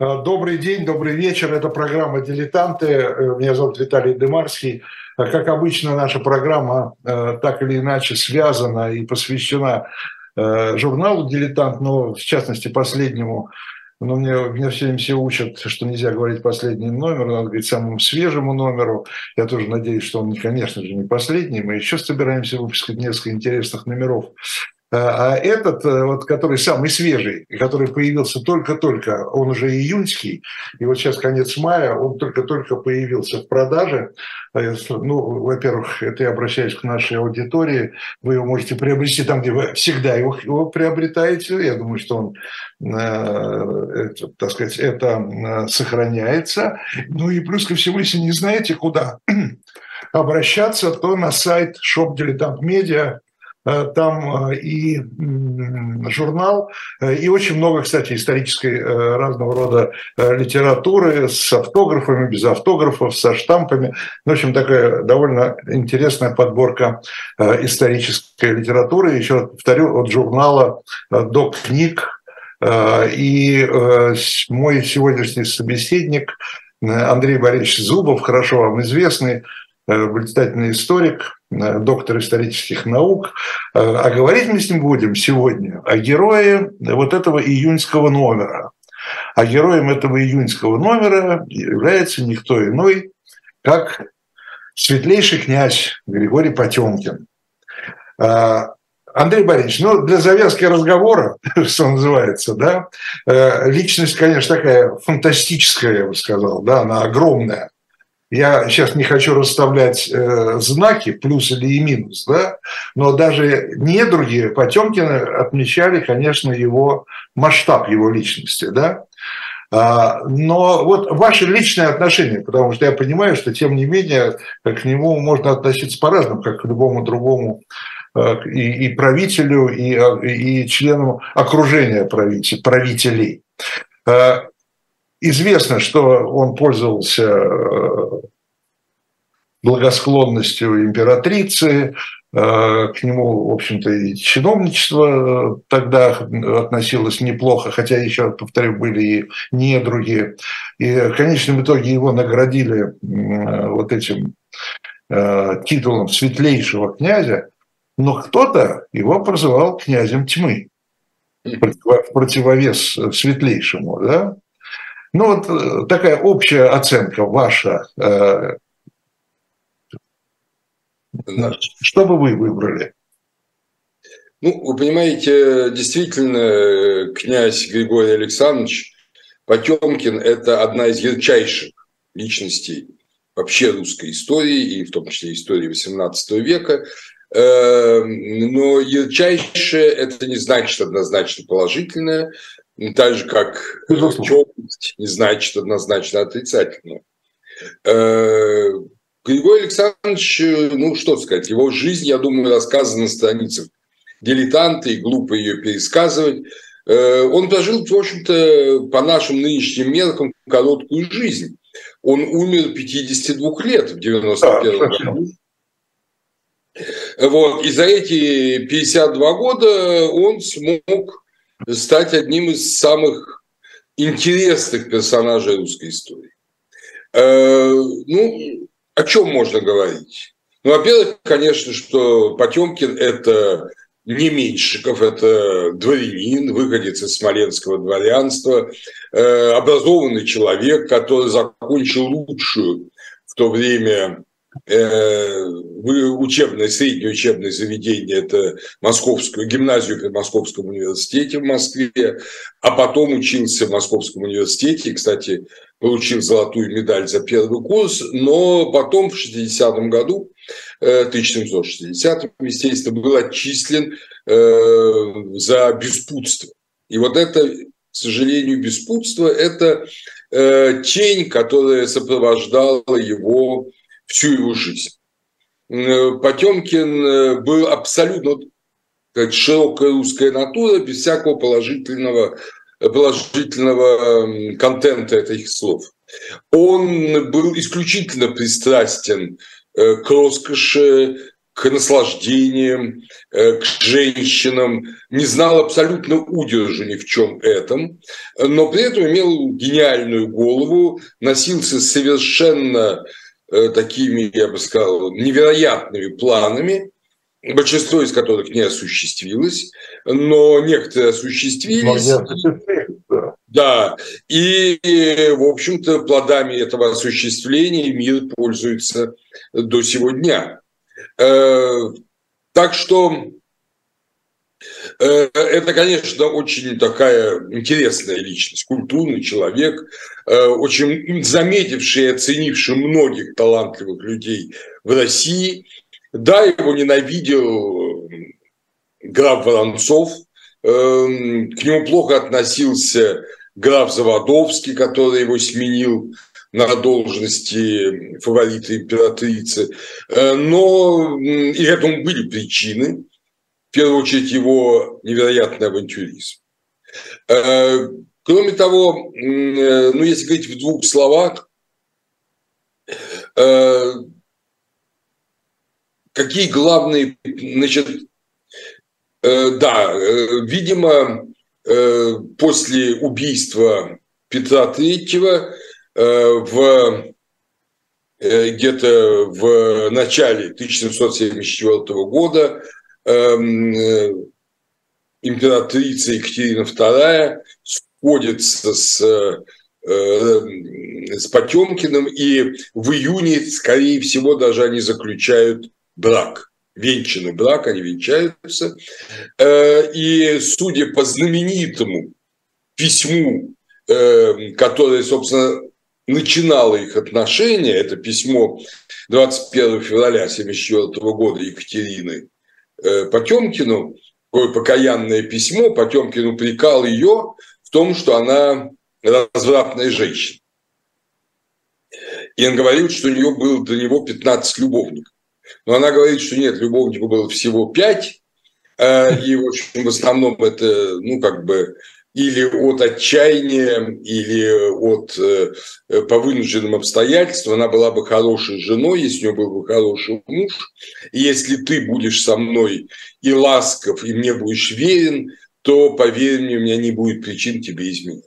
Добрый день, добрый вечер. Это программа «Дилетанты». Меня зовут Виталий Дымарский. Как обычно, наша программа так или иначе связана и посвящена журналу «Дилетант», но в частности последнему. Но меня все время все учат, что нельзя говорить последний номер, надо говорить самому свежему номеру. Я тоже надеюсь, что он, конечно же, не последний. Мы еще собираемся выпускать несколько интересных номеров. А этот, вот, который самый свежий, который появился только-только, он уже июньский, и вот сейчас конец мая, он только-только появился в продаже. Ну, во-первых, это я обращаюсь к нашей аудитории, вы его можете приобрести там, где вы всегда его приобретаете. Я думаю, что он, так сказать, это сохраняется. Ну и плюс ко всему, если не знаете, куда обращаться, то на сайт Shop Dilettant Media. Там и журнал, и очень много, кстати, исторической разного рода литературы с автографами, без автографов, со штампами. В общем, такая довольно интересная подборка исторической литературы. Еще раз повторю, от журнала до книг. И мой сегодняшний собеседник Андрей Борисович Зубов, хорошо вам известный, блистательный историк, доктор исторических наук. А говорить мы с ним будем сегодня о герое вот этого июньского номера. А героем этого июньского номера является никто иной, как светлейший князь Григорий Потемкин. Андрей Борисович, ну, для завязки разговора, что называется, да, личность, конечно, такая фантастическая, я бы сказал, да, она огромная. Я сейчас не хочу расставлять знаки, плюс или и минус, да, но даже недруги Потемкина отмечали, конечно, его масштаб его личности, да. Но вот ваше личное отношение, потому что я понимаю, что, тем не менее, к нему можно относиться по-разному, как к любому другому и правителю, и члену окружения правителей. Известно, что он пользовался благосклонностью императрицы, к нему, в общем-то, и чиновничество тогда относилось неплохо, хотя, еще повторю, были и недруги. И в конечном итоге его наградили вот этим титулом светлейшего князя, но кто-то его прозывал князем тьмы, в противовес светлейшему, да? Ну, вот такая общая оценка ваша. Что бы вы выбрали? Ну, вы понимаете, действительно, князь Григорий Александрович Потемкин – это одна из ярчайших личностей вообще русской истории, и в том числе истории XVIII века. Но ярчайшее – это не значит однозначно положительное, так же, как темность не значит однозначно отрицательное. Григорий Александрович, ну что сказать, его жизнь, я думаю, рассказана на страницах «Дилетанта», и глупо ее пересказывать. Он прожил, в общем-то, по нашим нынешним меркам, короткую жизнь. Он умер 52 лет в 91 году. Вот. И за эти 52 года он смог стать одним из самых интересных персонажей русской истории. Ну, о чем можно говорить? Ну, во-первых, конечно, что Потемкин – это не Меньшиков, это дворянин, выходец из смоленского дворянства, образованный человек, который закончил лучшую в то время среднее учебное заведение, это Московскую гимназию при Московском университете в Москве, а потом учился в Московском университете, и, кстати, получил золотую медаль за первый курс, но потом в 60-м году, 1760-м, естественно, был отчислен за беспутство. И вот это, к сожалению, беспутство – это тень, которая сопровождала его всю его жизнь. Потемкин был абсолютно широкая русская натура, без всякого положительного контента этих слов. Он был исключительно пристрастен к роскоши, к наслаждениям, к женщинам, не знал абсолютно удержу ни в чем этом, но при этом имел гениальную голову, носился совершенно такими, я бы сказал, невероятными планами, большинство из которых не осуществилось, но некоторые осуществились. Да. Да, и, в общем-то, плодами этого осуществления мир пользуется до сего дня. Так что это, конечно, очень такая интересная личность, культурный человек, очень заметивший и оценивший многих талантливых людей в России. Да, его ненавидел граф Воронцов, к нему плохо относился граф Заводовский, который его сменил на должности фаворита императрицы. Но и этому были причины. В первую очередь его невероятный авантюризм. Кроме того, ну, если говорить в двух словах, какие главные, значит, да, видимо, после убийства Петра III где-то в начале 1774 года императрица Екатерина II сходится с Потемкиным, и в июне, скорее всего, даже они заключают брак. Венчанный брак, они венчаются. И судя по знаменитому письму, которое, собственно, начинало их отношения, это письмо 21 февраля 1974 года Екатерины Потемкину, такое покаянное письмо, Потемкин упрекал ее в том, что она развратная женщина. И он говорил, что у нее было до него 15 любовников. Но она говорит, что нет, любовников было всего 5, и, в общем, в основном это, ну, как бы, или от отчаяния, или от по вынужденным обстоятельствам. Она была бы хорошей женой, если у нее был бы хороший муж. И если ты будешь со мной и ласков, и мне будешь верен, то, поверь мне, у меня не будет причин тебе изменить.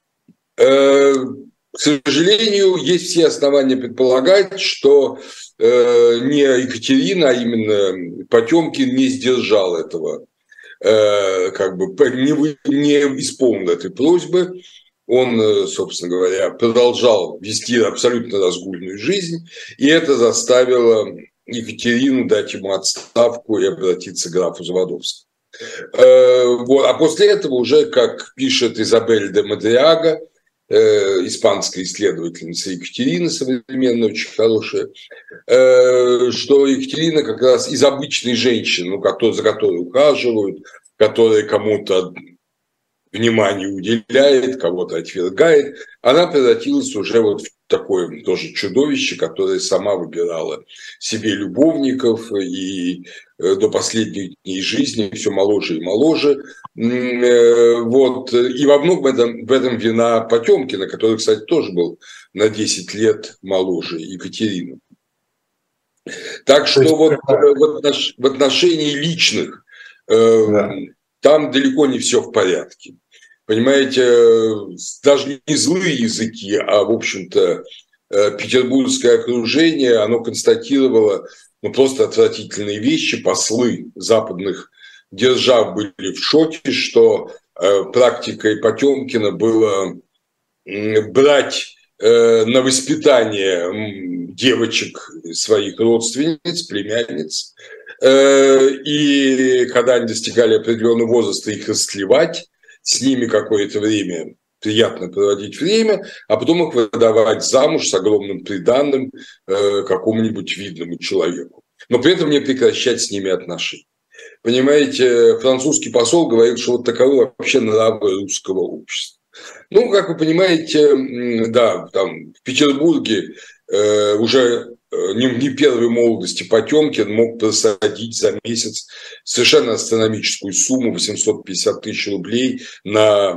К сожалению, есть все основания предполагать, что не Екатерина, а именно Потемкин не сдержал этого, как бы не исполнил этой просьбы. Он, собственно говоря, продолжал вести абсолютно разгульную жизнь, и это заставило Екатерину дать ему отставку и обратиться к графу Заводовскому. Вот. А после этого уже, как пишет Изабель де Мадриага, испанская исследовательница Екатерины, современная, очень хорошая, что Екатерина как раз из обычной женщины, за которой ухаживают, которая кому-то внимание уделяет, кого-то отвергает, она превратилась уже вот в такое тоже чудовище, которое сама выбирала себе любовников и до последних дней жизни все моложе и моложе. Вот. И во многом в этом вина Потемкина, который, кстати, тоже был на 10 лет моложе Екатерины. Так что вот в отношении личных там далеко не все в порядке. Понимаете, даже не злые языки, а, в общем-то, петербургское окружение, оно констатировало просто отвратительные вещи. Послы западных держав были в шоке, что практикой Потемкина было брать на воспитание девочек своих родственниц, племянниц, и когда они достигали определенного возраста, их растлевать, с ними какое-то время приятно проводить время, а потом их выдавать замуж с огромным приданным какому-нибудь видному человеку. Но при этом не прекращать с ними отношения. Понимаете, французский посол говорил, что вот таковы вообще нравы русского общества. Ну, как вы понимаете, да, там в Петербурге уже не первой молодости Потемкин мог просадить за месяц совершенно астрономическую сумму 850 тысяч рублей на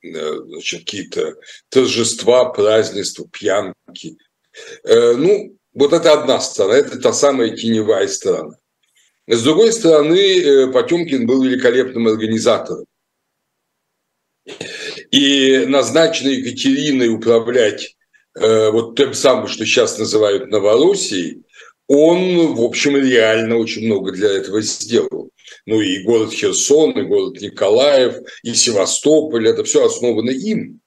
какие-то торжества, празднества, пьянки. Ну, Вот это одна сторона, это та самая теневая сторона. С другой стороны, Потемкин был великолепным организатором. И назначенный Екатериной управлять вот тем самым, что сейчас называют Новороссией, он, в общем, реально очень много для этого сделал. Ну и город Херсон, и город Николаев, и Севастополь, это все основано им.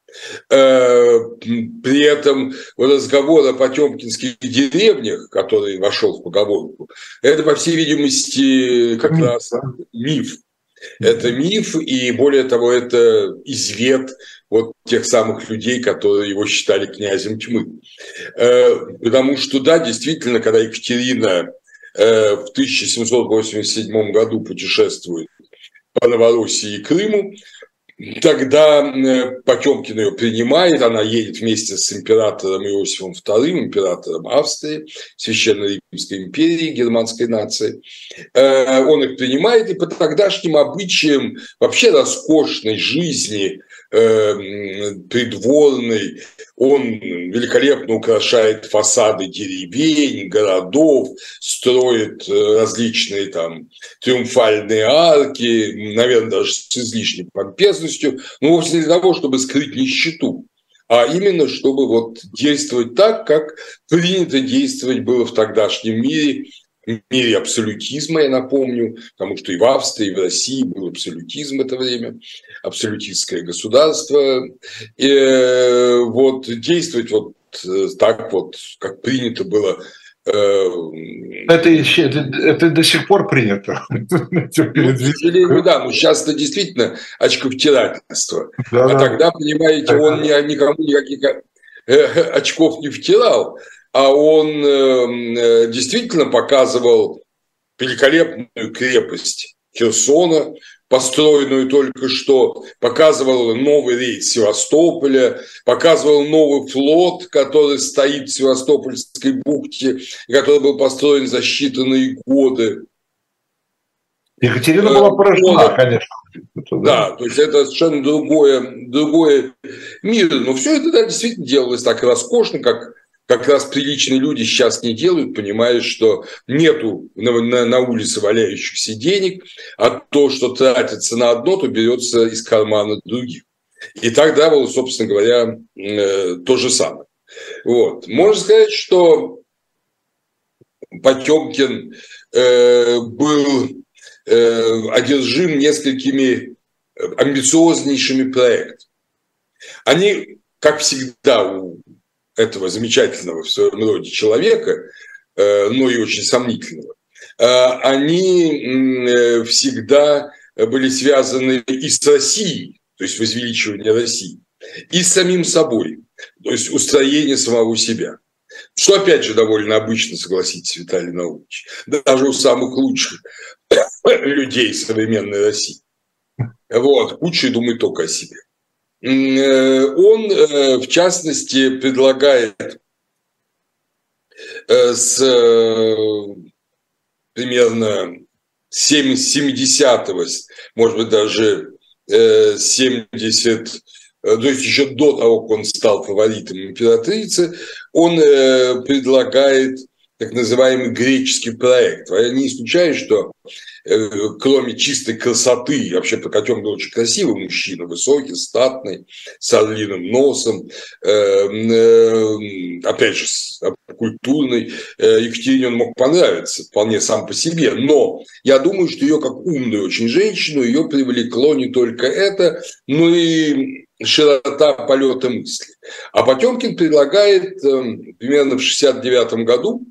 При этом разговор о потемкинских деревнях, который вошел в поговорку, это, по всей видимости, как раз миф. Это миф, и более того, это извет вот тех самых людей, которые его считали князем тьмы. Потому что, да, действительно, когда Екатерина в 1787 году путешествует по Новороссии и Крыму, тогда Потемкин ее принимает, она едет вместе с императором Иосифом II, императором Австрии, Священной Римской империи, германской нации. Он их принимает, и по тогдашним обычаям вообще роскошной жизни, придворной, он великолепно украшает фасады деревень, городов, строит различные там триумфальные арки, наверное, даже с излишней помпезностью, но вовсе не для того, чтобы скрыть нищету, а именно чтобы вот действовать так, как принято действовать было в тогдашнем мире, в мире абсолютизма, я напомню, потому что и в Австрии, и в России был абсолютизм в это время, абсолютистское государство, и вот действовать вот так вот, как принято было. Это до сих пор принято. Ну, к сожалению, да, но сейчас это действительно очковтирательство. Да, а тогда, понимаете, он никому никаких очков не втирал, а он действительно показывал великолепную крепость Херсона, построенную только что, показывал новый рейс Севастополя, показывал новый флот, который стоит в Севастопольской бухте, который был построен за считанные годы. Екатерина была поражена, конечно. Да, то есть это совершенно другой мир. Но все это, да, действительно делалось так роскошно, как раз приличные люди сейчас не делают, понимая, что нету на улице валяющихся денег, а то, что тратится на одно, то берется из кармана других. И тогда было, собственно говоря, то же самое. Вот. Можно сказать, что Потемкин был одержим несколькими амбициознейшими проектами. Они, как всегда, у этого замечательного в своем роде человека, но и очень сомнительного, они всегда были связаны и с Россией, то есть возвеличивание России, и с самим собой, то есть устроение самого себя. Что, опять же, довольно обычно, согласитесь, Виталий Наумович, даже у самых лучших людей современной России. Вот, лучшие думают только о себе. Он, в частности, предлагает с примерно 70-го, может быть, даже 70, то есть еще до того, как он стал фаворитом императрицы, он предлагает так называемый греческий проект. Я не исключаю, что кроме чистой красоты, вообще Потемкин был очень красивый мужчина, высокий, статный, с орлиным носом, опять же, культурный, Екатерине он мог понравиться вполне сам по себе, но я думаю, что ее как умную очень женщину, ее привлекло не только это, но и широта полета мысли. А Потемкин предлагает примерно в 1969 году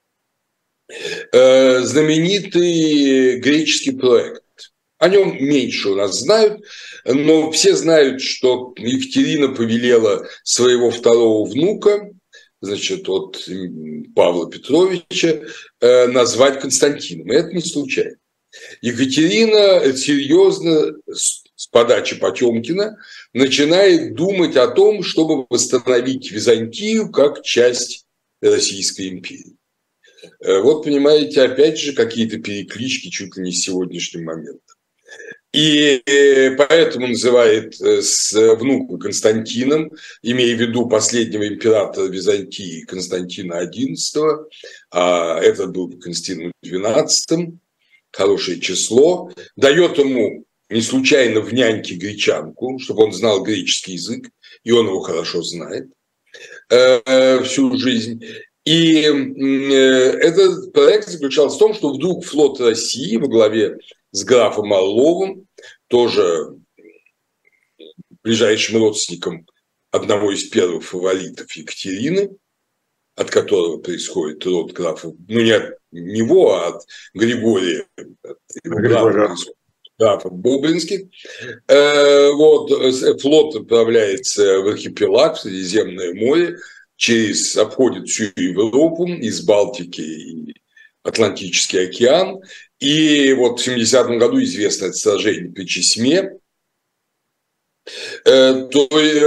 знаменитый греческий проект. О нем меньше у нас знают, но все знают, что Екатерина повелела своего второго внука, значит, от Павла Петровича, назвать Константином. И это не случайно. Екатерина серьезно с подачи Потемкина начинает думать о том, чтобы восстановить Византию как часть Российской империи. Вот, понимаете, опять же, какие-то переклички чуть ли не с сегодняшним моментом. И поэтому называет внука Константином, имея в виду последнего императора Византии Константина XI, а этот был Константин XII, хорошее число, дает ему не случайно в няньке гречанку, чтобы он знал греческий язык, и он его хорошо знает всю жизнь. И этот проект заключался в том, что вдруг флот России во главе с графом Орловым, тоже ближайшим родственником одного из первых фаворитов Екатерины, от которого происходит род графа, ну не от него, а от Григория, от его графа Бобринских. Вот, флот отправляется в архипелаг, в Средиземное море, обходит всю Европу, из Балтики и Атлантический океан. И вот в 70-м году известно это сражение при Чесме. То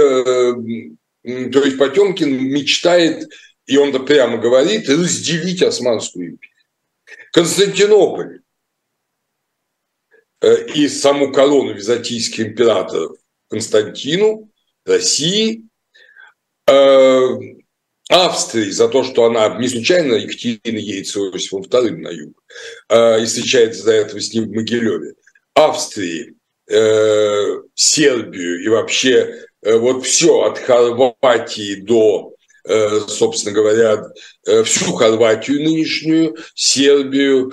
есть Потемкин мечтает, и он прямо говорит, разделить Османскую империю. Константинополь и саму корону византийских императоров Константину, России, Австрии за то, что она не случайно Екатерина едет с Иосифом II на юг и встречается до этого с ним в Могилеве. Австрии, Сербию и вообще вот все от Хорватии до, собственно говоря, всю Хорватию нынешнюю, Сербию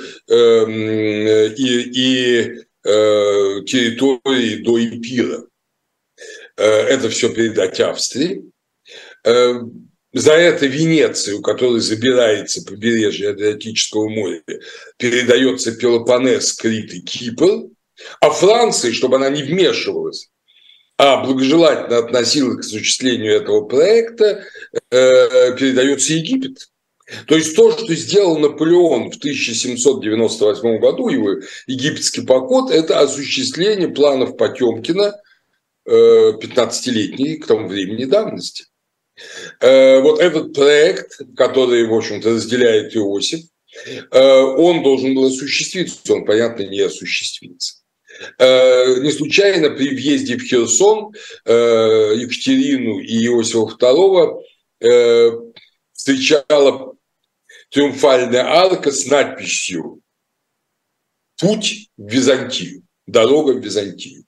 и территории до Епира. Это все передать Австрии. За это Венеции, у которой забирается побережье Адриатического моря, передается Пелопоннес, Крит и Кипр, а Франции, чтобы она не вмешивалась, а благожелательно относилась к осуществлению этого проекта, передается Египет. То есть то, что сделал Наполеон в 1798 году, его египетский поход, это осуществление планов Потемкина 15-летней к тому времени давности. Вот этот проект, который, в общем-то, разделяет Иосиф, он должен был осуществиться, он, понятно, не осуществится. Не случайно при въезде в Херсон Екатерину и Иосифа II встречала триумфальная арка с надписью «Путь в Византию», «Дорога в Византию».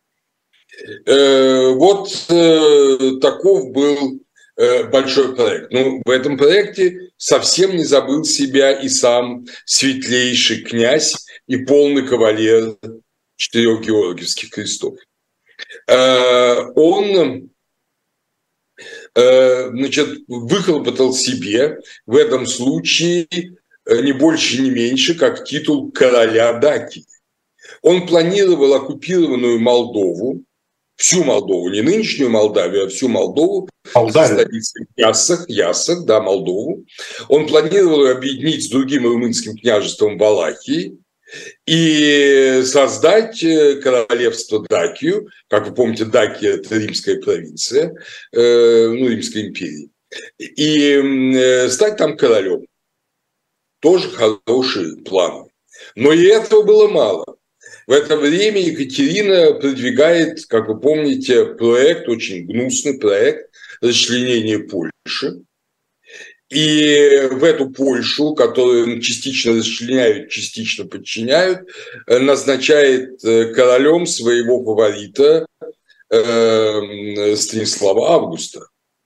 Вот таков был большой проект. Ну, в этом проекте совсем не забыл себя и сам светлейший князь и полный кавалер 4 Георгиевских крестов. Он, значит, выхлопотал себе в этом случае не больше, не меньше, как титул короля Дакии. Он планировал оккупированную Молдову, всю Молдову, не нынешнюю Молдавию, а всю Молдову, столицей Яссах, да, Молдову. Он планировал ее объединить с другим румынским княжеством Валахии и создать королевство Дакию. Как вы помните, Дакия – это римская провинция, Римской империи. И стать там королем. Тоже хороший план. Но и этого было мало. В это время Екатерина продвигает, как вы помните, проект, очень гнусный проект расчленения Польши. И в эту Польшу, которую частично расчленяют, частично подчиняют, назначает королем своего фаворита Станислава Августа.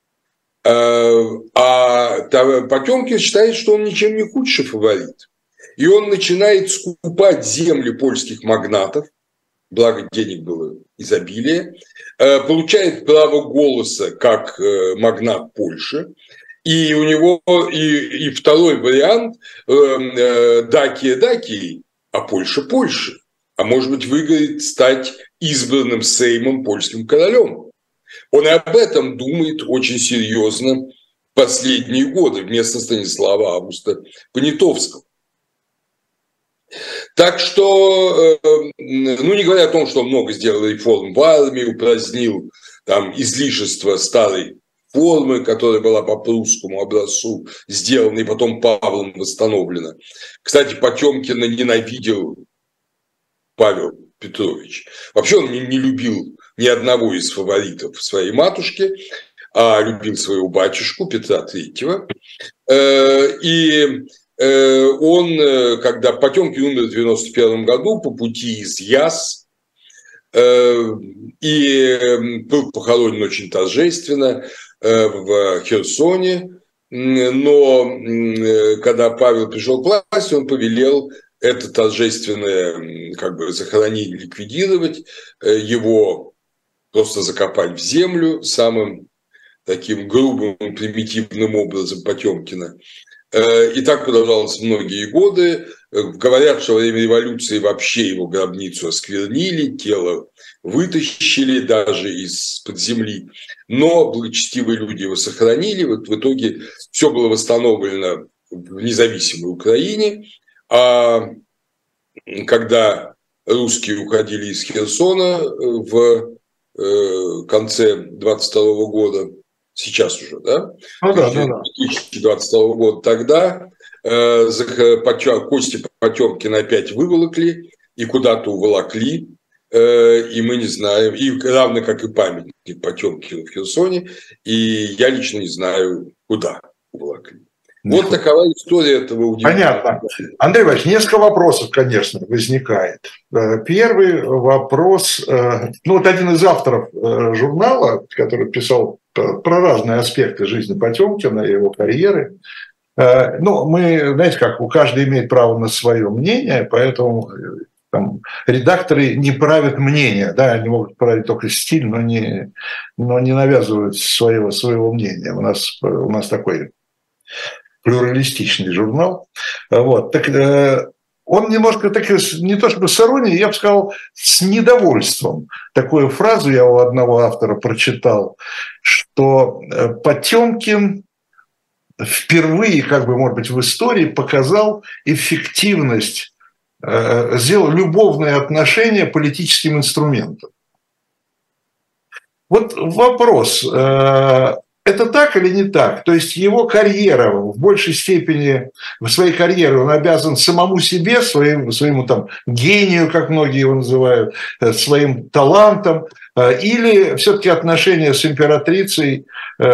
А Потемкин считает, что он ничем не худший фаворит. И он начинает скупать земли польских магнатов, благо денег было изобилие, получает право голоса как магнат Польши. И у него и второй вариант Дакия Дакии, а Польша Польши. А может быть, выгорит стать избранным Сеймом польским королем. Он и об этом думает очень серьезно в последние годы вместо Станислава Августа Понятовского. Так что, ну не говоря о том, что он много сделал реформ в армии, упразднил там излишество старой формы, которая была по прусскому образцу сделана и потом Павлом восстановлена. Кстати, Потемкина ненавидел Павел Петрович. Вообще он не любил ни одного из фаворитов своей матушки, а любил своего батюшку Петра Третьего. И он, когда Потемкин умер в 91 году по пути из Яс, и был похоронен очень торжественно в Херсоне, но когда Павел пришел к власти, он повелел это торжественное захоронение ликвидировать, его просто закопать в землю самым таким грубым, примитивным образом Потемкина. И так продолжалось многие годы. Говорят, что во время революции вообще его гробницу осквернили, тело вытащили даже из-под земли. Но благочестивые люди его сохранили. Вот в итоге все было восстановлено в независимой Украине. А когда русские уходили из Херсона в конце 22 года, сейчас уже, да? 2022 года, тогда кости Потемкина опять выволокли и куда-то уволокли, и мы не знаем, и равно как и памятник Потемкину в Херсоне, и я лично не знаю, куда уволокли. Вот такова история этого удивительного. Понятно. Андрей Иванович, несколько вопросов, конечно, возникает. Первый вопрос, вот один из авторов журнала, который писал про разные аспекты жизни Потемкина и его карьеры, мы, знаете как, у каждого имеет право на свое мнение, поэтому там, редакторы не правят мнение, да, они могут править только стиль, но не навязывают своего мнения. У нас такой плюралистичный журнал. Вот. Так, он немножко так, не то чтобы с иронией, я бы сказал, с недовольством. Такую фразу я у одного автора прочитал, что Потемкин впервые, может быть, в истории показал эффективность, сделал любовные отношения политическим инструментом. Вот вопрос, это так или не так? То есть его карьера в большей степени, в своей карьере он обязан самому себе, своему там гению, как многие его называют, своим талантам, или все-таки отношения с императрицей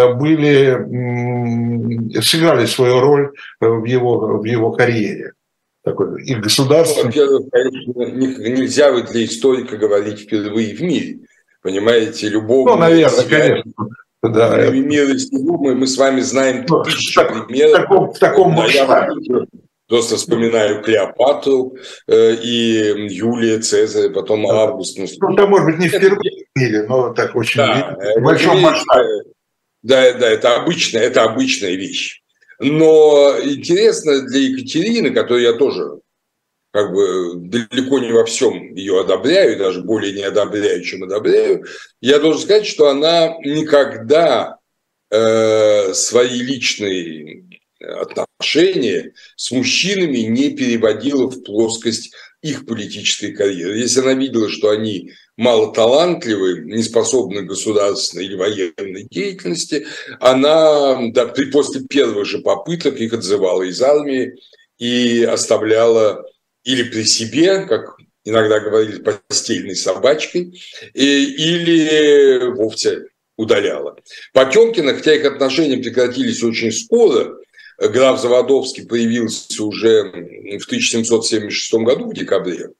сыграли свою роль в его карьере? Такой, и государство. Во-первых, конечно, нельзя для историка говорить впервые в мире. Понимаете, любовь. Наверное, конечно. Да. Мир из него мы с вами знаем тысячи примеров. В таком масштабе. Просто вспоминаю Клеопатру и Юлия Цезаря, потом Август. Это может быть не впервые в мире, но так очень в большом масштабе. Да, это обычная вещь. Но интересно для Екатерины, которую я тоже далеко не во всем ее одобряю, даже более не одобряю, чем одобряю, я должен сказать, что она никогда свои личные отношения с мужчинами не переводила в плоскость их политической карьеры. Если она видела, что они малоталантливы, не способны к государственной или военной деятельности, она после первых же попыток их отзывала из армии и оставляла или при себе, как иногда говорили, постельной собачкой, или вовсе удаляла. Потемкина, хотя их отношения прекратились очень скоро, граф Заводовский появился уже в 1776 году, в декабре,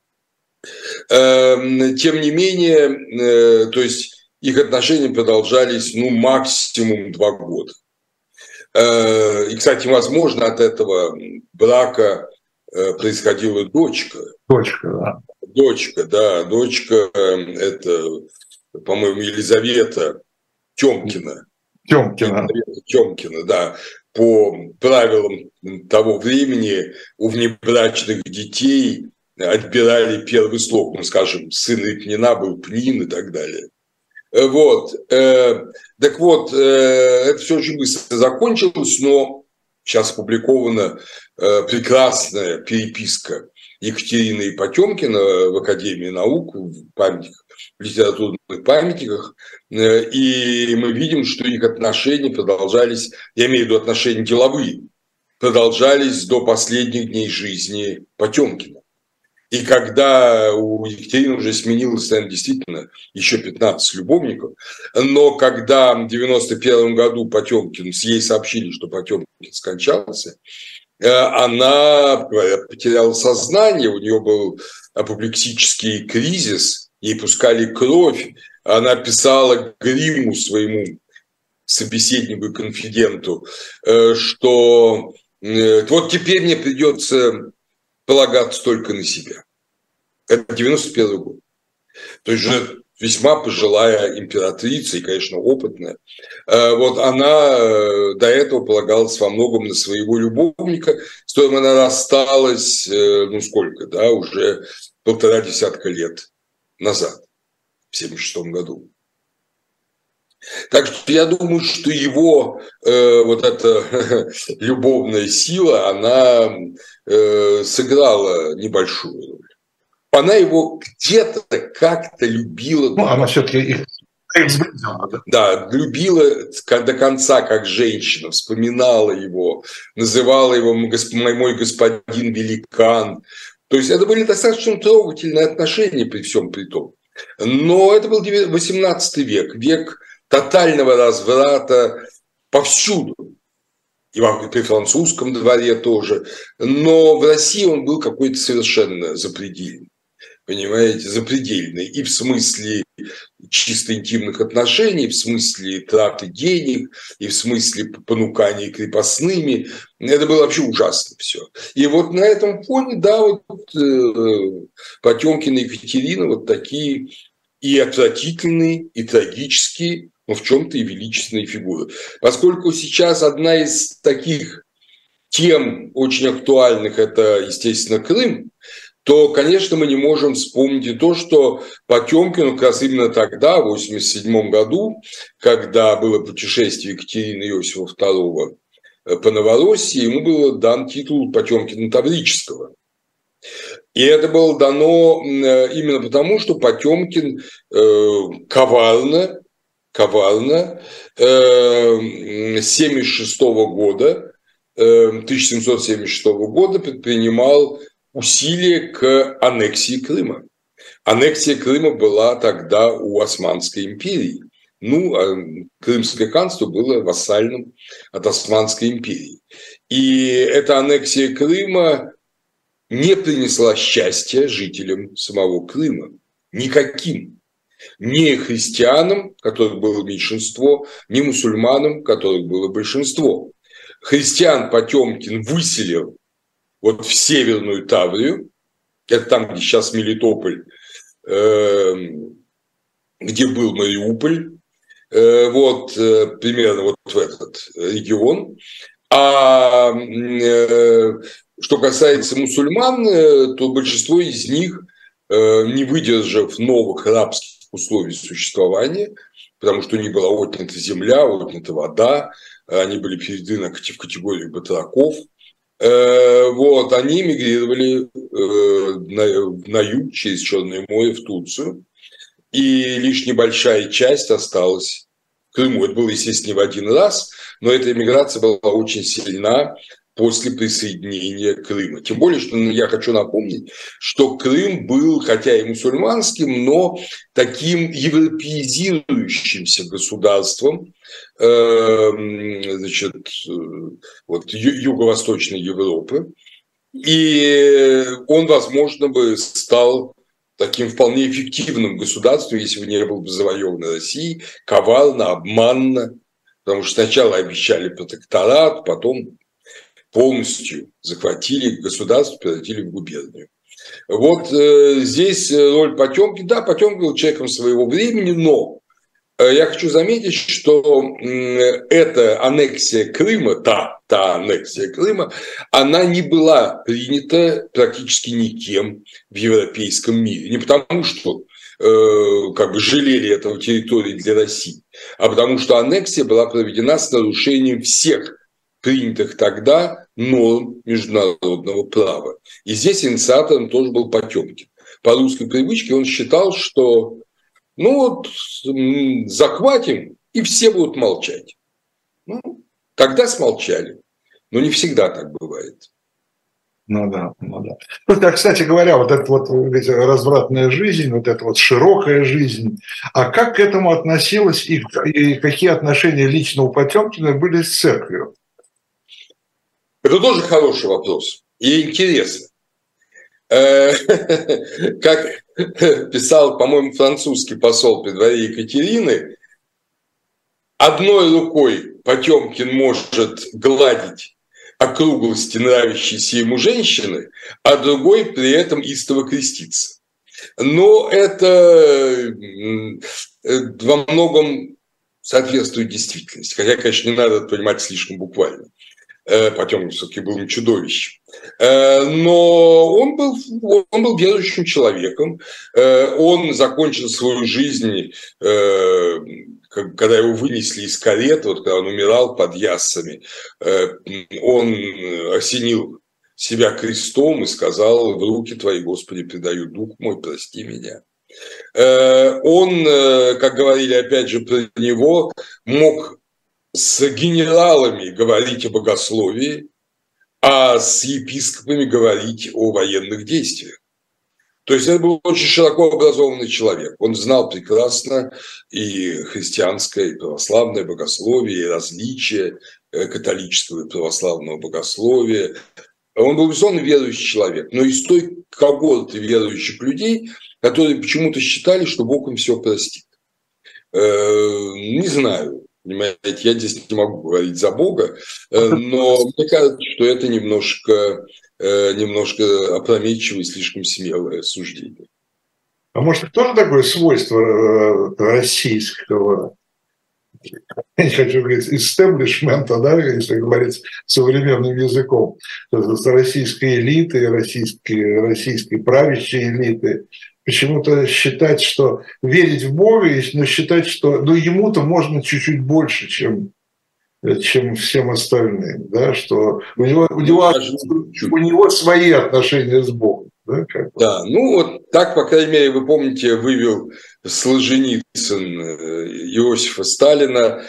тем не менее, то есть их отношения продолжались максимум 2 года. И, кстати, возможно, от этого брака происходила дочка. Дочка, это, по-моему, Елизавета Тёмкина. Тёмкина, да. По правилам того времени у внебрачных детей отбирали первый слог, скажем, сын Репнина был Пнин и так далее. Вот. Так вот, это все очень быстро закончилось, но сейчас опубликована прекрасная переписка Екатерины и Потемкина в Академии наук, в литературных памятниках, и мы видим, что их отношения продолжались, я имею в виду отношения деловые, продолжались до последних дней жизни Потемкина. И когда у Екатерины уже сменилось, наверное, действительно еще 15 любовников, но когда в 91 году Потемкин, ей сообщили, что Потемкин скончался, она потеряла сознание, у нее был апоплексический кризис, ей пускали кровь, она писала Гримму, своему собеседнику и конфиденту, что вот теперь мне придется полагаться только на себя. Это 91 год. То есть уже весьма пожилая императрица и, конечно, опытная. Вот она до этого полагалась во многом на своего любовника, с которым она рассталась, ну сколько, да, уже 1,5 десятка лет назад, в 1976 году. Так что я думаю, что его вот эта любовная сила, она сыграла небольшую роль. Она его где-то как-то любила. Ну, она все-таки их сблизила, да? Да, любила до конца как женщина, вспоминала его, называла его мой господин великан. То есть это были достаточно трогательные отношения при всем при том. Но это был 18 век, век тотального разврата повсюду. И при французском дворе тоже. Но в России он был какой-то совершенно запредельный. Понимаете, запредельный. И в смысле чисто интимных отношений, в смысле траты денег, и в смысле понукания крепостными. Это было вообще ужасно все. И вот на этом фоне, да, вот Потемкин и Екатерина вот такие и отвратительные, и трагические, но в чем-то и величественные фигуры. Поскольку сейчас одна из таких тем очень актуальных – это, естественно, Крым, то, конечно, мы не можем вспомнить и то, что Потемкину как раз именно тогда, в 1987 году, когда было путешествие Екатерины Иосифа II по Новороссии, ему был дан титул Потемкина Таврического. И это было дано именно потому, что Потемкин коварно 1776 года предпринимал усилия к аннексии Крыма. Аннексия Крыма была тогда у Османской империи. Ну, а Крымское ханство было вассальным от Османской империи. И эта аннексия Крыма не принесла счастья жителям самого Крыма. Никаким. Ни христианам, которых было меньшинство, ни мусульманам, которых было большинство. Христиан Потемкин выселил вот в Северную Таврию, это там, где сейчас Мелитополь, где был Мариуполь, вот примерно вот в этот регион. А что касается мусульман, то большинство из них, не выдержав новых рабских условий существования, потому что у них была отнята земля, отнята вода, они были переведены в категорию батраков, вот, они эмигрировали на юг через Черное море в Турцию, и лишь небольшая часть осталась в Крыму. Это было, естественно, не в один раз, но эта эмиграция была очень сильна после присоединения Крыма. Тем более, что я хочу напомнить, что Крым был, хотя и мусульманским, но таким европеизирующимся государством, значит, вот, Юго-Восточной Европы. И он, возможно, бы стал таким вполне эффективным государством, если бы не был бы завоеван Россией, коварно, обманно, потому что сначала обещали протекторат, потом полностью захватили государство, превратили в губернию. Вот здесь роль Потемкина. Да, Потемкин был человеком своего времени, но я хочу заметить, что эта аннексия Крыма, та аннексия Крыма, она не была принята практически никем в европейском мире. Не потому, что как бы жалели этого территории для России, а потому что аннексия была проведена с нарушением всех принятых тогда норм международного права. И здесь инициатором тоже был Потемкин. По русской привычке он считал, что ну вот захватим, и все будут молчать. Ну, тогда смолчали. Но не всегда так бывает. Ну да, ну да. Ну, да, кстати говоря, вот эта вот ведь развратная жизнь, вот эта вот широкая жизнь, а как к этому относилась и какие отношения лично у Потемкина были с церковью? Это тоже хороший вопрос и интересно. Как писал, по-моему, французский посол при дворе Екатерины, одной рукой Потемкин может гладить округлости нравящейся ему женщины, а другой при этом истово креститься. Но это во многом соответствует действительности. Хотя, конечно, не надо это понимать слишком буквально. Потемкин все-таки был не чудовищем. Но он был верующим человеком. Он закончил свою жизнь, когда его вынесли из кареты, вот когда он умирал под Яссами, он осенил себя крестом и сказал: «В руки твои, Господи, предаю дух мой, прости меня». Он, как говорили опять же про него, мог с генералами говорить о богословии, а с епископами говорить о военных действиях. То есть это был очень широко образованный человек. Он знал прекрасно и христианское, и православное богословие, и различия католического и православного богословия. Он был, безусловно, верующий человек, но из той когорты верующих людей, которые почему-то считали, что Бог им все простит. Не знаю, понимаете, я здесь не могу говорить за Бога, но мне кажется, что это немножко опрометчивое и слишком смелое суждение. А может, это тоже такое свойство российского, я не хочу говорить, истеблишмента, да, если говорить современным языком, российской элиты, российской правящей элиты, почему-то считать, что верить в Бога, но считать, что ему-то можно чуть-чуть больше, чем всем остальным, да, что у него свои отношения с Богом. Да, да, ну вот так, по крайней мере, вы помните, вывел Солженицын Иосифа Сталина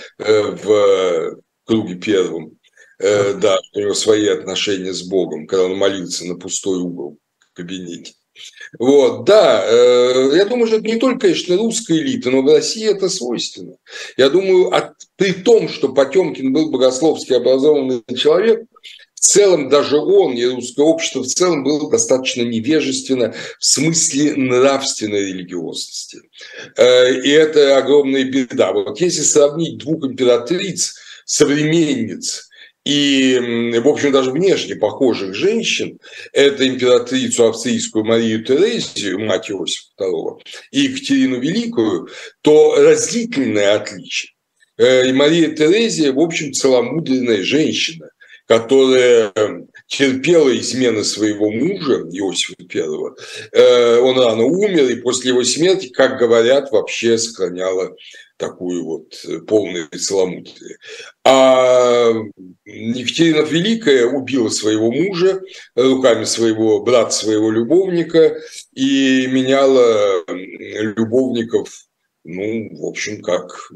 в круге первом, да, у него свои отношения с Богом, когда он молился на пустой угол в кабинете. Вот, да, я думаю, что это не только, конечно, русская элита, но в России это свойственно. Я думаю, при том, что Потемкин был богословски образованный человек, в целом даже он и русское общество в целом было достаточно невежественно в смысле нравственной религиозности. И это огромная беда. Вот если сравнить двух императриц, современниц, и, в общем, даже внешне похожих женщин, это императрицу австрийскую Марию Терезию, мать Иосифа II, и Екатерину Великую, то разительное отличие. И Мария Терезия, в общем, целомудренная женщина, которая терпела измены своего мужа, Иосифа I. Он рано умер, и после его смерти, как говорят, вообще сохраняла такую вот полную целомудрие. А Екатерина Великая убила своего мужа руками своего брата, своего любовника, и меняла любовников, ну, в общем, как,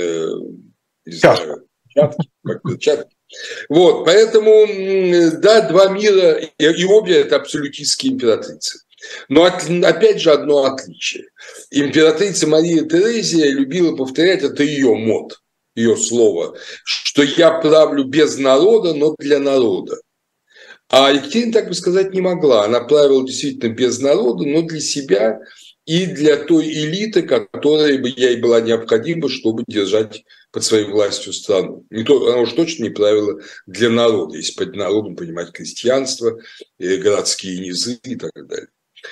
не знаю, как перчатки. Вот, поэтому, да, два мира, и обе это абсолютистские императрицы. Но опять же одно отличие. Императрица Мария Терезия любила повторять, это ее мот, ее слово, что я правлю без народа, но для народа. А Екатерина так бы сказать не могла. Она правила действительно без народа, но для себя и для той элиты, которая бы ей была необходима, чтобы держать под своей властью страну. Она уж точно не правила для народа, если под народом понимать крестьянство, городские низы и так далее.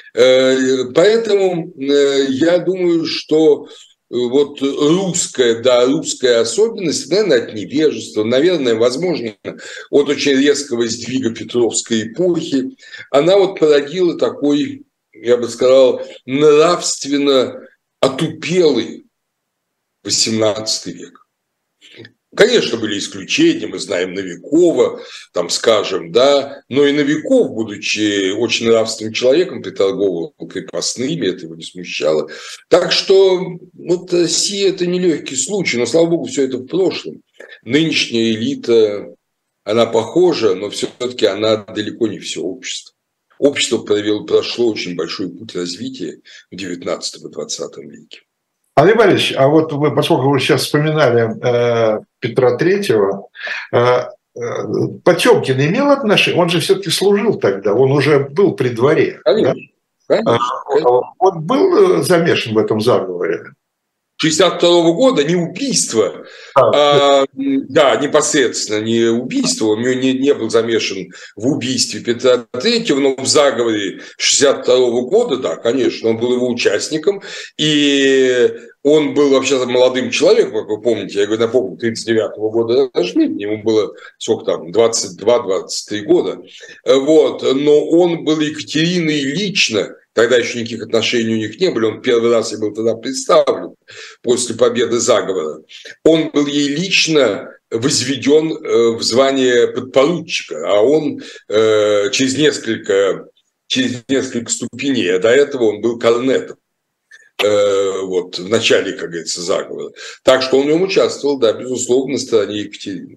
Поэтому я думаю, что вот русская особенность, наверное, от невежества, наверное, возможно, от очень резкого сдвига Петровской эпохи, она вот породила такой, я бы сказал, нравственно отупелый XVIII век. Конечно, были исключения, мы знаем Новикова, там, скажем, да, но и Новиков, будучи очень нравственным человеком, приторговывал крепостными, это его не смущало. Так что вот Россия – это нелегкий случай, но, слава богу, все это в прошлом. Нынешняя элита, она похожа, но все-таки она далеко не все общество. Общество прошло очень большой путь развития в XIX и XX веке. Андрей Борисович, а вот вы, поскольку вы сейчас вспоминали Петра Третьего, Потемкин имел отношение? Он же все-таки служил тогда, он уже был при дворе. Конечно, да? конечно. Он был замешан в этом заговоре? 1962 года не убийство, да, непосредственно не убийство, он не был замешан в убийстве Петра Третьего, но в заговоре 1962 года, да, конечно, он был его участником, и он был вообще молодым человеком, как вы помните, я говорю, напомню, 1939 года рождения, ему было, сколько там, 22-23 года, вот, но он был Екатериной лично, тогда еще никаких отношений у них не было, он первый раз и был тогда представлен после победы заговора. Он был ей лично возведен в звание подпоручика, а он через несколько ступеней, а до этого он был корнетом. Вот, в начале, как говорится, заговора. Так что он в нем участвовал, да, безусловно, на стороне Екатерины.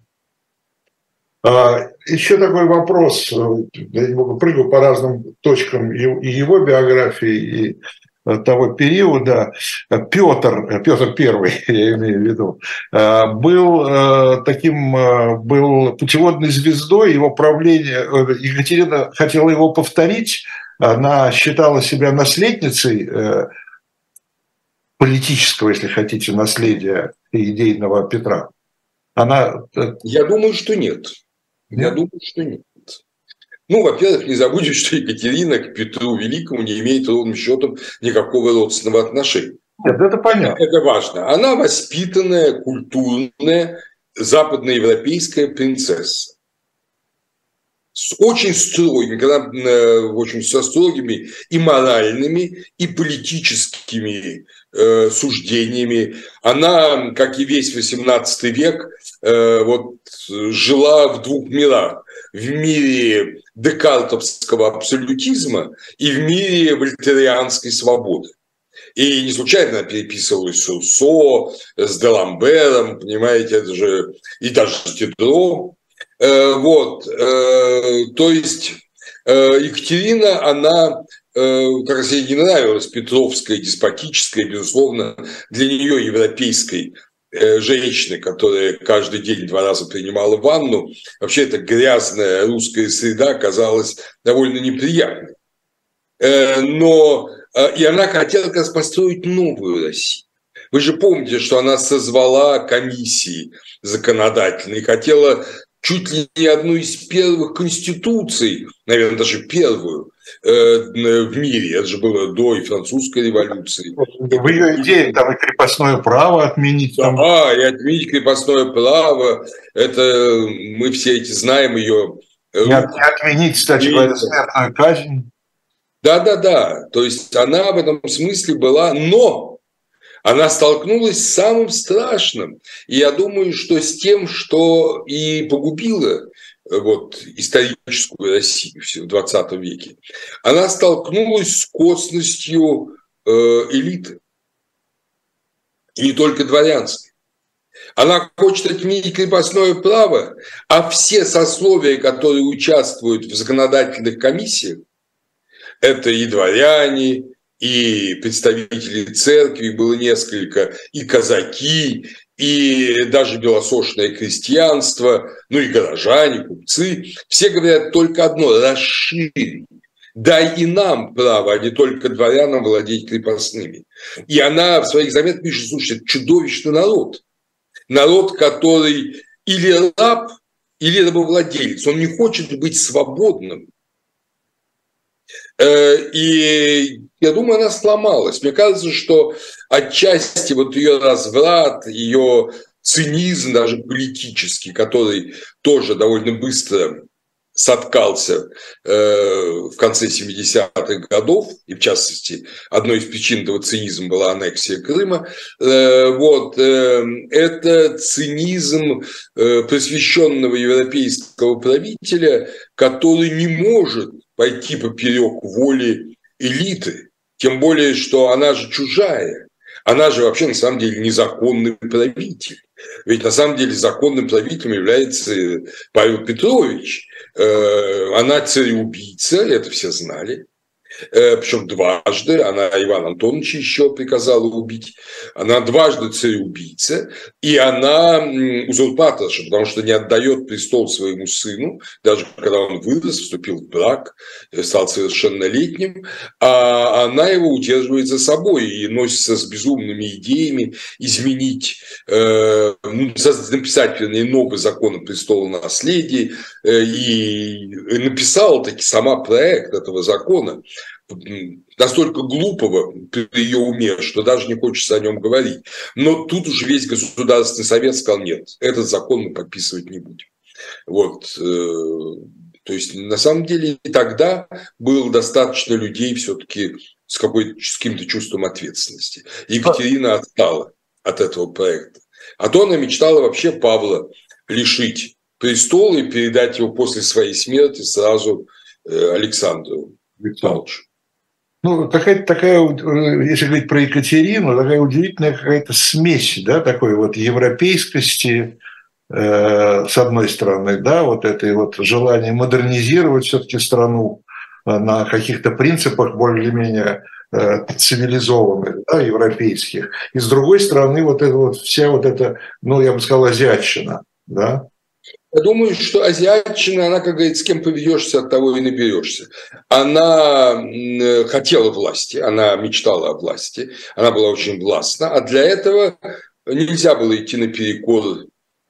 Еще такой вопрос. Я немного прыгаю по разным точкам и его биографии, и того периода. Петр I, я имею в виду, был путеводной звездой, его правление, Екатерина хотела его повторить, она считала себя наследницей политического, если хотите, наследия идейного Петра. Я думаю, что нет. Я думаю, что нет. Ну, во-первых, не забудем, что Екатерина к Петру Великому не имеет ровным счетом никакого родственного отношения. Нет, это понятно. Это важно. Она воспитанная, культурная, западноевропейская принцесса. Очень строгими, очень со строгими и моральными, и политическими суждениями. Она, как и весь XVIII век, вот, жила в двух мирах. В мире декартовского абсолютизма и в мире вольтерианской свободы. И не случайно она переписывалась с Руссо, с Деламбером, понимаете, это же, и даже с Дидро. Вот, то есть Екатерина, она, как раз ей не нравилась петровская, деспотическая, безусловно, для нее европейской женщины, которая каждый день 2 раза принимала ванну, вообще эта грязная русская среда оказалась довольно неприятной. Но и она хотела как раз построить новую Россию. Вы же помните, что она созвала комиссии законодательные, хотела чуть ли не одну из первых конституций, наверное, даже первую в мире. Это же было до и французской революции. В ее идее там и крепостное право отменить. Да, там... и отменить крепостное право. Это мы все эти знаем ее. Не отменить, кстати говоря, смертную казнь. Да. То есть она в этом смысле была, но она столкнулась с самым страшным. И я думаю, что с тем, что и погубило вот, историческую Россию в 20 веке. Она столкнулась с косностью элиты. И не только дворянской. Она хочет отменить крепостное право, а все сословия, которые участвуют в законодательных комиссиях, это и дворяне, и представители церкви, было несколько, и казаки, и даже белосошное крестьянство, ну и горожане, купцы. Все говорят только одно – расширить. Дай и нам право, а не только дворянам владеть крепостными. И она в своих заметках пишет, слушайте, это чудовищный народ. Народ, который или раб, или рабовладелец. Он не хочет быть свободным. И я думаю, она сломалась. Мне кажется, что отчасти вот ее разврат, ее цинизм даже политический, который тоже довольно быстро соткался в конце 70-х годов, и в частности, одной из причин этого цинизма была аннексия Крыма, вот, это цинизм просвещенного европейского правителя, который не может пойти поперек воли элиты, тем более, что она же чужая, она же вообще на самом деле незаконный правитель. Ведь на самом деле законным правителем является Павел Петрович. Она цареубийца, это все знали. Причем дважды, она Ивана Антоновича еще приказала убить, она дважды цареубийца, и она узурпаторша, потому что не отдает престол своему сыну, даже когда он вырос, вступил в брак, стал совершеннолетним, а она его удерживает за собой и носится с безумными идеями изменить, написать, вернее, новый закон о престолонаследии, и написала таки сама проект этого закона, настолько глупого при ее уме, что даже не хочется о нем говорить. Но тут уже весь Государственный совет сказал: нет, этот закон мы подписывать не будем. Вот. То есть, на самом деле, и тогда было достаточно людей все-таки с каким-то чувством ответственности. Екатерина отстала от этого проекта. А то она мечтала вообще Павла лишить престола и передать его после своей смерти сразу Александру Павловичу. Ну, какая-то такая, если говорить про Екатерину, такая удивительная какая-то смесь, да, такой вот европейскости, с одной стороны, да, вот это вот желание модернизировать все-таки страну на каких-то принципах более-менее цивилизованных, да, европейских, и с другой стороны вот это вот вся вот эта, ну, я бы сказал, азиатчина, да. Я думаю, что азиатчина, она, как говорится, с кем поведешься, от того и наберешься. Она хотела власти, она мечтала о власти, она была очень властна, а для этого нельзя было идти наперекор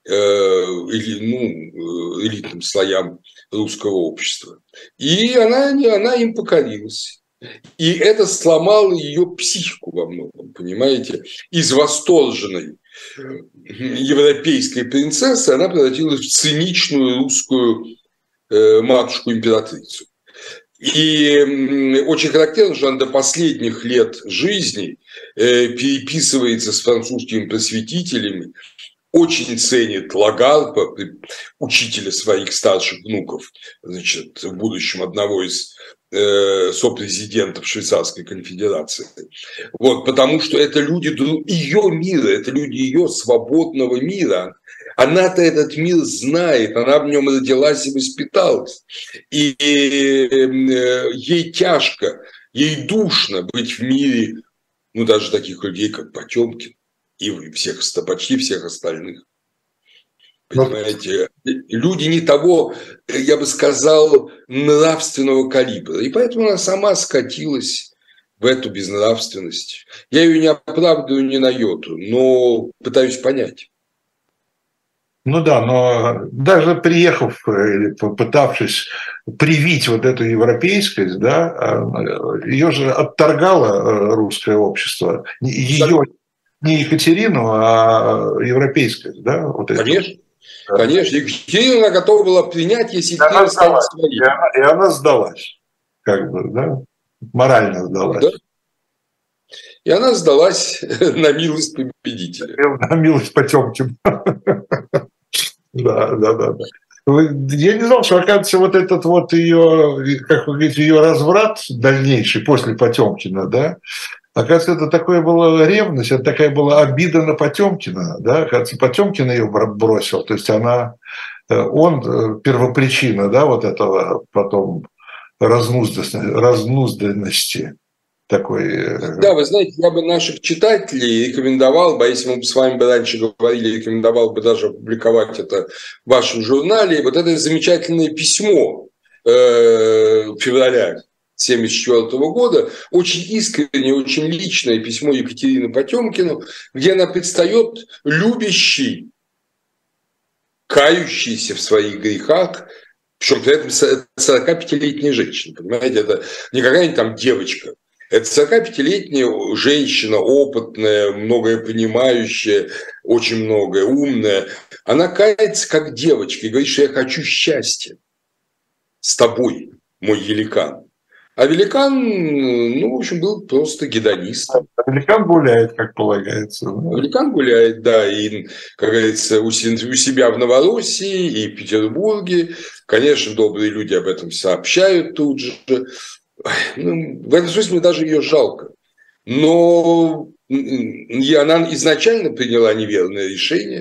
элитным слоям русского общества. И она им покорилась. И это сломало ее психику во многом, понимаете? Из восторженной европейской принцессы она превратилась в циничную русскую матушку-императрицу. И очень характерно, что она до последних лет жизни переписывается с французскими просветителями, очень ценит Лагарпа, учителя своих старших внуков, значит, в будущем одного из сопрезидентов Швейцарской конфедерации. Вот, потому что это люди ее мира, это люди ее свободного мира. Она-то этот мир знает, она в нем родилась и воспиталась. И ей тяжко, ей душно быть в мире, ну, даже таких людей, как Потемкин и почти всех остальных. Понимаете, люди не того, я бы сказал, нравственного калибра. И поэтому она сама скатилась в эту безнравственность. Я ее не оправдываю ни на йоту, но пытаюсь понять. Ну да, но даже приехав или попытавшись привить вот эту европейскость, да, ее же отторгало русское общество. Ее, не Екатерину, а европейскость, да? Вот конечно. Да. Конечно, Екатерина готова была принять, если Екатерина станет своей. И она сдалась, как бы, да, морально сдалась. Да? И она сдалась на милость победителя. На милость Потемкина. Да. Я не знал, что, оказывается, вот этот вот ее, как вы говорите, ее разврат дальнейший после Потемкина, да, оказывается, это такое была ревность, это такая была обида на Потемкина, да, оказывается, Потемкин ее бросил, то есть он первопричина, да, вот этого потом разнузданности такой. Да, вы знаете, я бы наших читателей рекомендовал бы, если мы бы с вами бы раньше говорили, рекомендовал бы даже опубликовать это в вашем журнале, вот это замечательное письмо февраля 1974 года, очень искреннее, очень личное письмо Екатерины Потемкину, где она предстает любящей, кающейся в своих грехах, причем при этом 45-летняя женщина, понимаете, это не какая-нибудь там девочка, это 45-летняя женщина, опытная, многое понимающая, очень многое, умная. Она кается как девочка и говорит, что я хочу счастья с тобой, мой великан. А великан, ну, в общем, был просто гедонистом. Великан гуляет, как полагается. Да? Великан гуляет, да, и, как говорится, у себя в Новороссии и в Петербурге. Конечно, добрые люди об этом сообщают тут же. Ну, в этом смысле мне даже ее жалко. Но она изначально приняла неверное решение.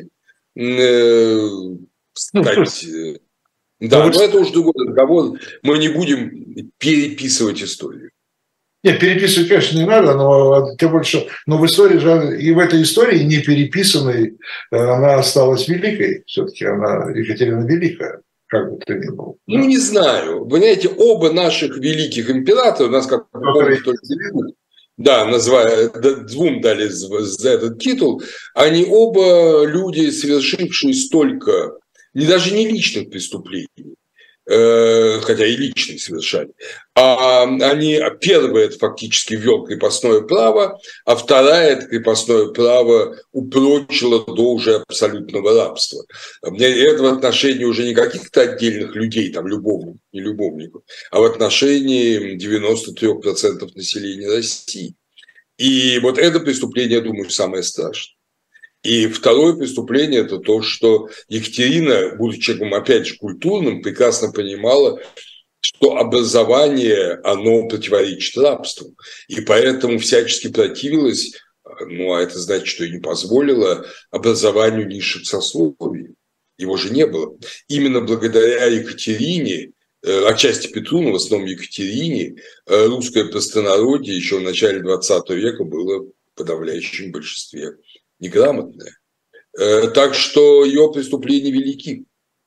стать... Да, но это уже другой разговор. Мы не будем переписывать историю. Нет, переписывать, конечно, не надо, но тем больше, но в истории же, и в этой истории не переписанной, она осталась великой. Все-таки она Екатерина Великая, как бы то ни было. Ну, не знаю. Вы понимаете, оба наших великих императора, у нас как помните, только да, двум дали за этот титул, они оба люди, совершившие столько, даже не личных преступлений, хотя и личные совершали, а они, первое, это фактически ввел крепостное право, а вторая, это крепостное право упрочило до уже абсолютного рабства. Это в отношении уже не каких-то отдельных людей, там, любовников, не любовников, а в отношении 93% населения России. И вот это преступление, я думаю, самое страшное. И второе преступление – это то, что Екатерина, будучи человеком, опять же, культурным, прекрасно понимала, что образование, оно противоречит рабству. И поэтому всячески противилась, ну, а это значит, что и не позволила образованию низших сословий. Его же не было. Именно благодаря Екатерине, отчасти Петру, но в основном Екатерине, русское простонародье еще в начале 20 века было в подавляющем большинстве неграмотная. Так что ее преступления велики.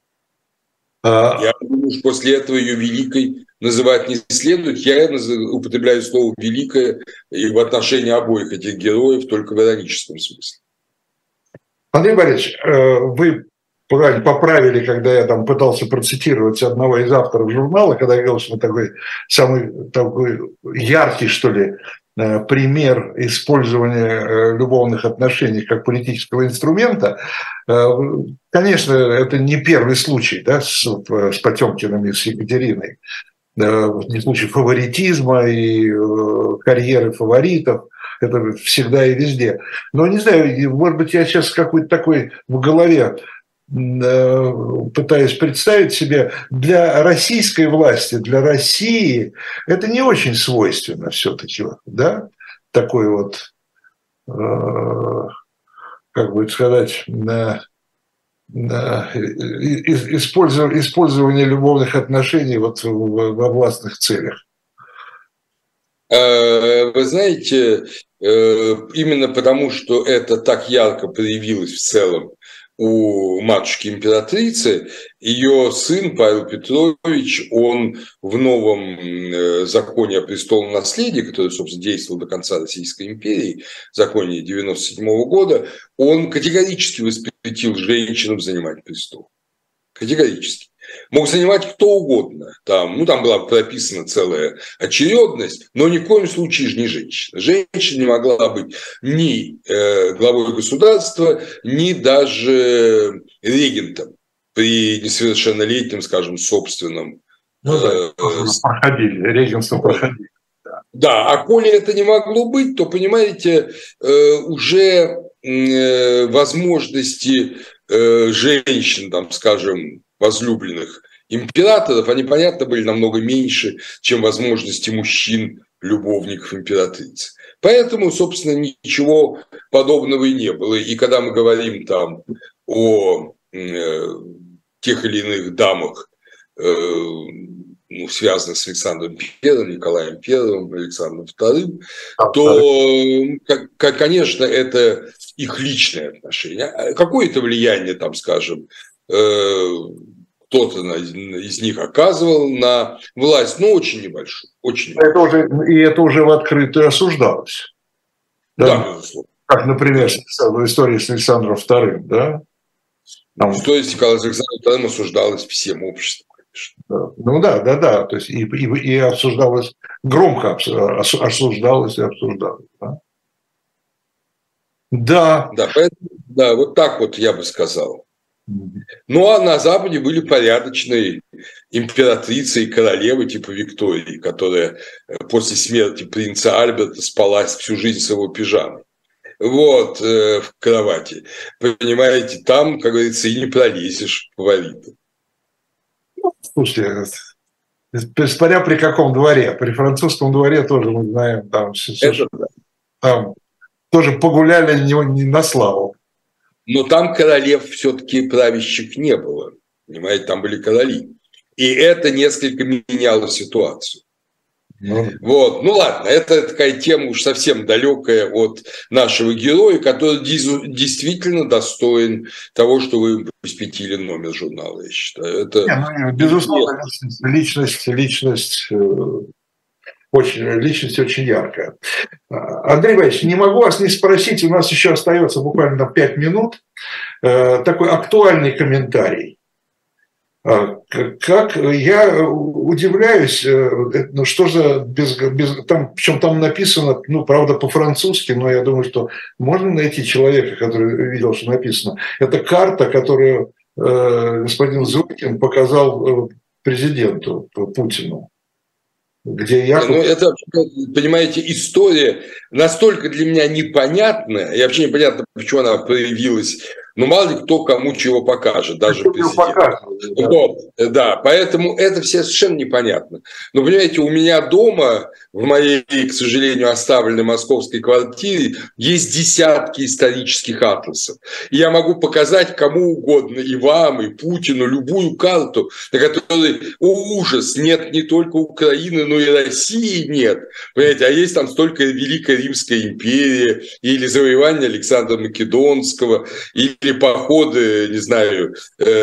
Я думаю, что после этого ее великой называть не следует. Я употребляю слово «великая» и в отношении обоих этих героев только в ироническом смысле. Андрей Борисович, вы поправили, когда я там пытался процитировать одного из авторов журнала, когда я говорил, что самый такой яркий, что ли, пример использования любовных отношений как политического инструмента. Конечно, это не первый случай, да, с Потемкиным и с Екатериной. Не случай фаворитизма и карьеры фаворитов. Это всегда и везде. Но не знаю, может быть, я сейчас какой-то такой в голове пытаюсь представить себе, для российской власти, для России это не очень свойственно все-таки, да, такой вот, как бы сказать, использование любовных отношений вот во властных целях. Вы знаете, именно потому, что это так ярко проявилось в целом у матушки императрицы, ее сын Павел Петрович, он в новом законе о престолонаследии, который, собственно, действовал до конца Российской империи, законе 1997 года, он категорически воспретил женщинам занимать престол. Категорически. Мог занимать кто угодно. Там была прописана целая очередность, но ни в коем случае же не женщина. Женщина не могла быть ни главой государства, ни даже регентом при несовершеннолетнем, скажем, собственном. Проходили, регентство проходили. Да, а коли это не могло быть, то, понимаете, уже возможности женщин, там, скажем, возлюбленных императоров, они, понятно, были намного меньше, чем возможности мужчин, любовников императрицы. Поэтому, собственно, ничего подобного и не было. И когда мы говорим там о тех или иных дамах, связанных с Александром I, Николаем I, Александром II, то, конечно, это их личное отношение. Какое-то влияние, там, скажем, кто-то из них оказывал на власть, но очень небольшую. Очень небольшую. Это уже в открытую осуждалось. Да, безусловно. Как, например, в истории с Александром II, да? В истории с Александром II осуждалось всем обществом. Да. То есть и обсуждалось, громко осуждалось и обсуждалось. Да. Да, вот так вот я бы сказал. Ну, а на Западе были порядочные императрицы и королевы типа Виктории, которая после смерти принца Альберта спала всю жизнь с его пижамой. Вот, в кровати. Понимаете, там, как говорится, и не пролезешь фаворита. Слушайте, смотря при каком дворе. При французском дворе тоже мы знаем, там тоже погуляли не на славу. Но там королев все-таки правящих не было. Понимаете, там были короли. И это несколько меняло ситуацию. Вот. Ну ладно, это такая тема уж совсем далекая от нашего героя, который действительно достоин того, что вы ему посвятили номер журнала, я считаю. Это безусловно, личность очень яркая. Андрей Борисович, не могу вас не спросить, у нас еще остается буквально 5 минут, такой актуальный комментарий. Как я удивляюсь, ну что за там, причем там написано, ну правда по-французски, но я думаю, что можно найти человека, который видел, что написано. Это карта, которую господин Зорькин показал президенту Путину, где якобы... Ну, это, понимаете, история настолько для меня непонятная, и вообще непонятно, почему она проявилась. Но мало ли кто кому чего покажет, даже президент. Вот, да, поэтому это все совершенно непонятно. Но, понимаете, у меня дома, в моей, к сожалению, оставленной московской квартире, есть десятки исторических атласов. И я могу показать кому угодно, и вам, и Путину, любую карту, на которой, ужас, нет не только Украины, но и России нет. Понимаете, а есть там столько Великая Римская империя, или завоевание Александра Македонского, или походы, не знаю,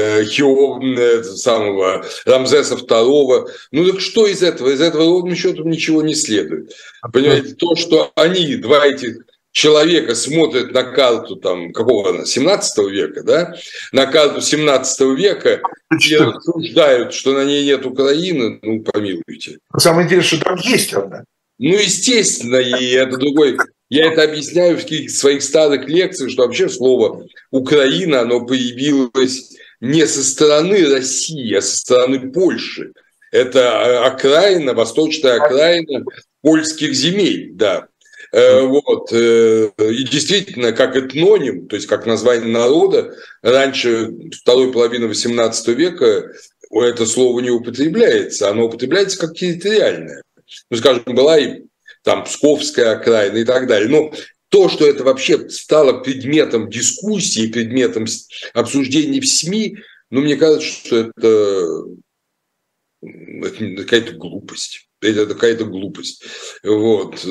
самого Рамзеса II. Ну так что из этого? Из этого ровным счетом ничего не следует. Понимаете, то, что они, два этих человека, смотрят на карту там, какого она, 17 века, да, на карту 17 века и рассуждают, что на ней нет Украины, ну, помилуйте. Самое интересное, что там есть она. Ну, естественно, и это другой... Я это объясняю в каких-то своих старых лекциях, что вообще слово «Украина», оно появилось не со стороны России, а со стороны Польши. Это окраина, восточная окраина польских земель, да. Вот. И действительно, как этноним, то есть как название народа, раньше, второй половины XVIII века это слово не употребляется, оно употребляется как территориальное. Ну, скажем, была и там Псковская окраина и так далее. Но то, что это вообще стало предметом дискуссии, предметом обсуждений в СМИ, ну, мне кажется, что это какая-то глупость. Это какая-то глупость. Вот.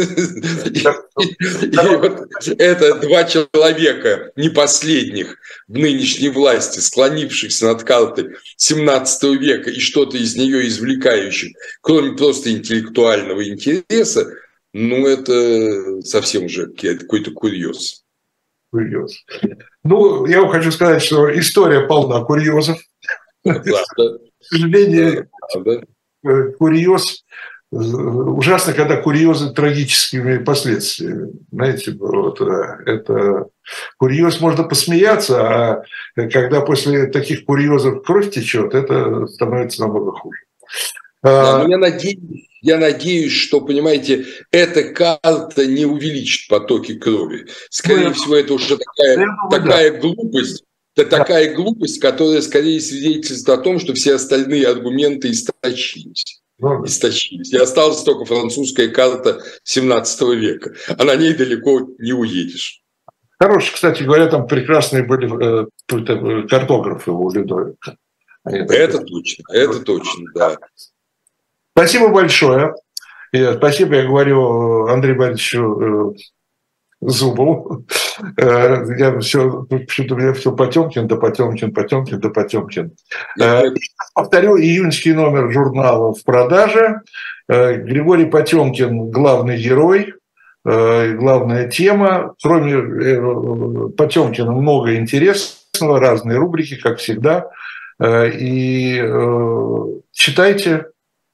Это два человека, не последних в нынешней власти, склонившихся над картой 17 века и что-то из нее извлекающих, кроме просто интеллектуального интереса, ну, это совсем уже какой-то курьез. Курьез. Ну, я вам хочу сказать, что история полна курьезов. Правда. К сожалению, курьез ужасно, когда курьезы трагическими последствиями. Знаете, вот, это курьез можно посмеяться, а когда после таких курьезов кровь течет, это становится намного хуже. Да, но я надеюсь, что, понимаете, эта карта не увеличит потоки крови. Скорее всего, это уже такая глупость. Это такая глупость, которая скорее свидетельствует о том, что все остальные аргументы истощились. И осталась только французская карта 17 века. А на ней далеко не уедешь. Хорошие, кстати говоря, там прекрасные были картографы у Людовика. Это точно, да. Спасибо большое. Спасибо, я говорю Андрею Борисовичу Зубову. Я все, почему-то у меня все Потемкин, да Потемкин, Потемкин, да Потемкин. Повторю, июньский номер журнала в продаже. Григорий Потемкин – главный герой, главная тема. Кроме Потемкина много интересного, разные рубрики, как всегда. И читайте.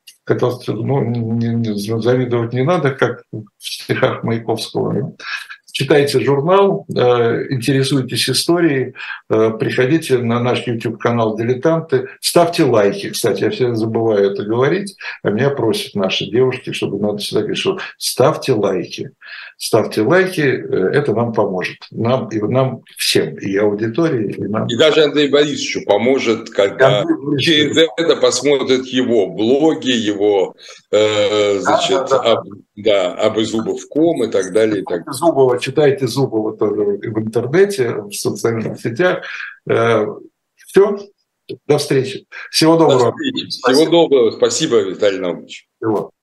Ну, завидовать не надо, как в стихах Маяковского. Читайте журнал, интересуйтесь историей, приходите на наш YouTube-канал «Дилетанты», ставьте лайки. Кстати, я всегда забываю это говорить, а меня просят наши девушки, чтобы надо всегда говорить, что ставьте лайки. Ставьте лайки, это нам поможет. Нам всем, и аудитории, и нам. И даже Андрею Борисовичу поможет, когда через это посмотрят его блоги, его Обозубов.ком и так далее. Зубова читайте Зубова тоже в интернете, в социальных сетях. Все, до встречи. Всего доброго. Всего доброго. Спасибо, Виталий Наумович. Всего.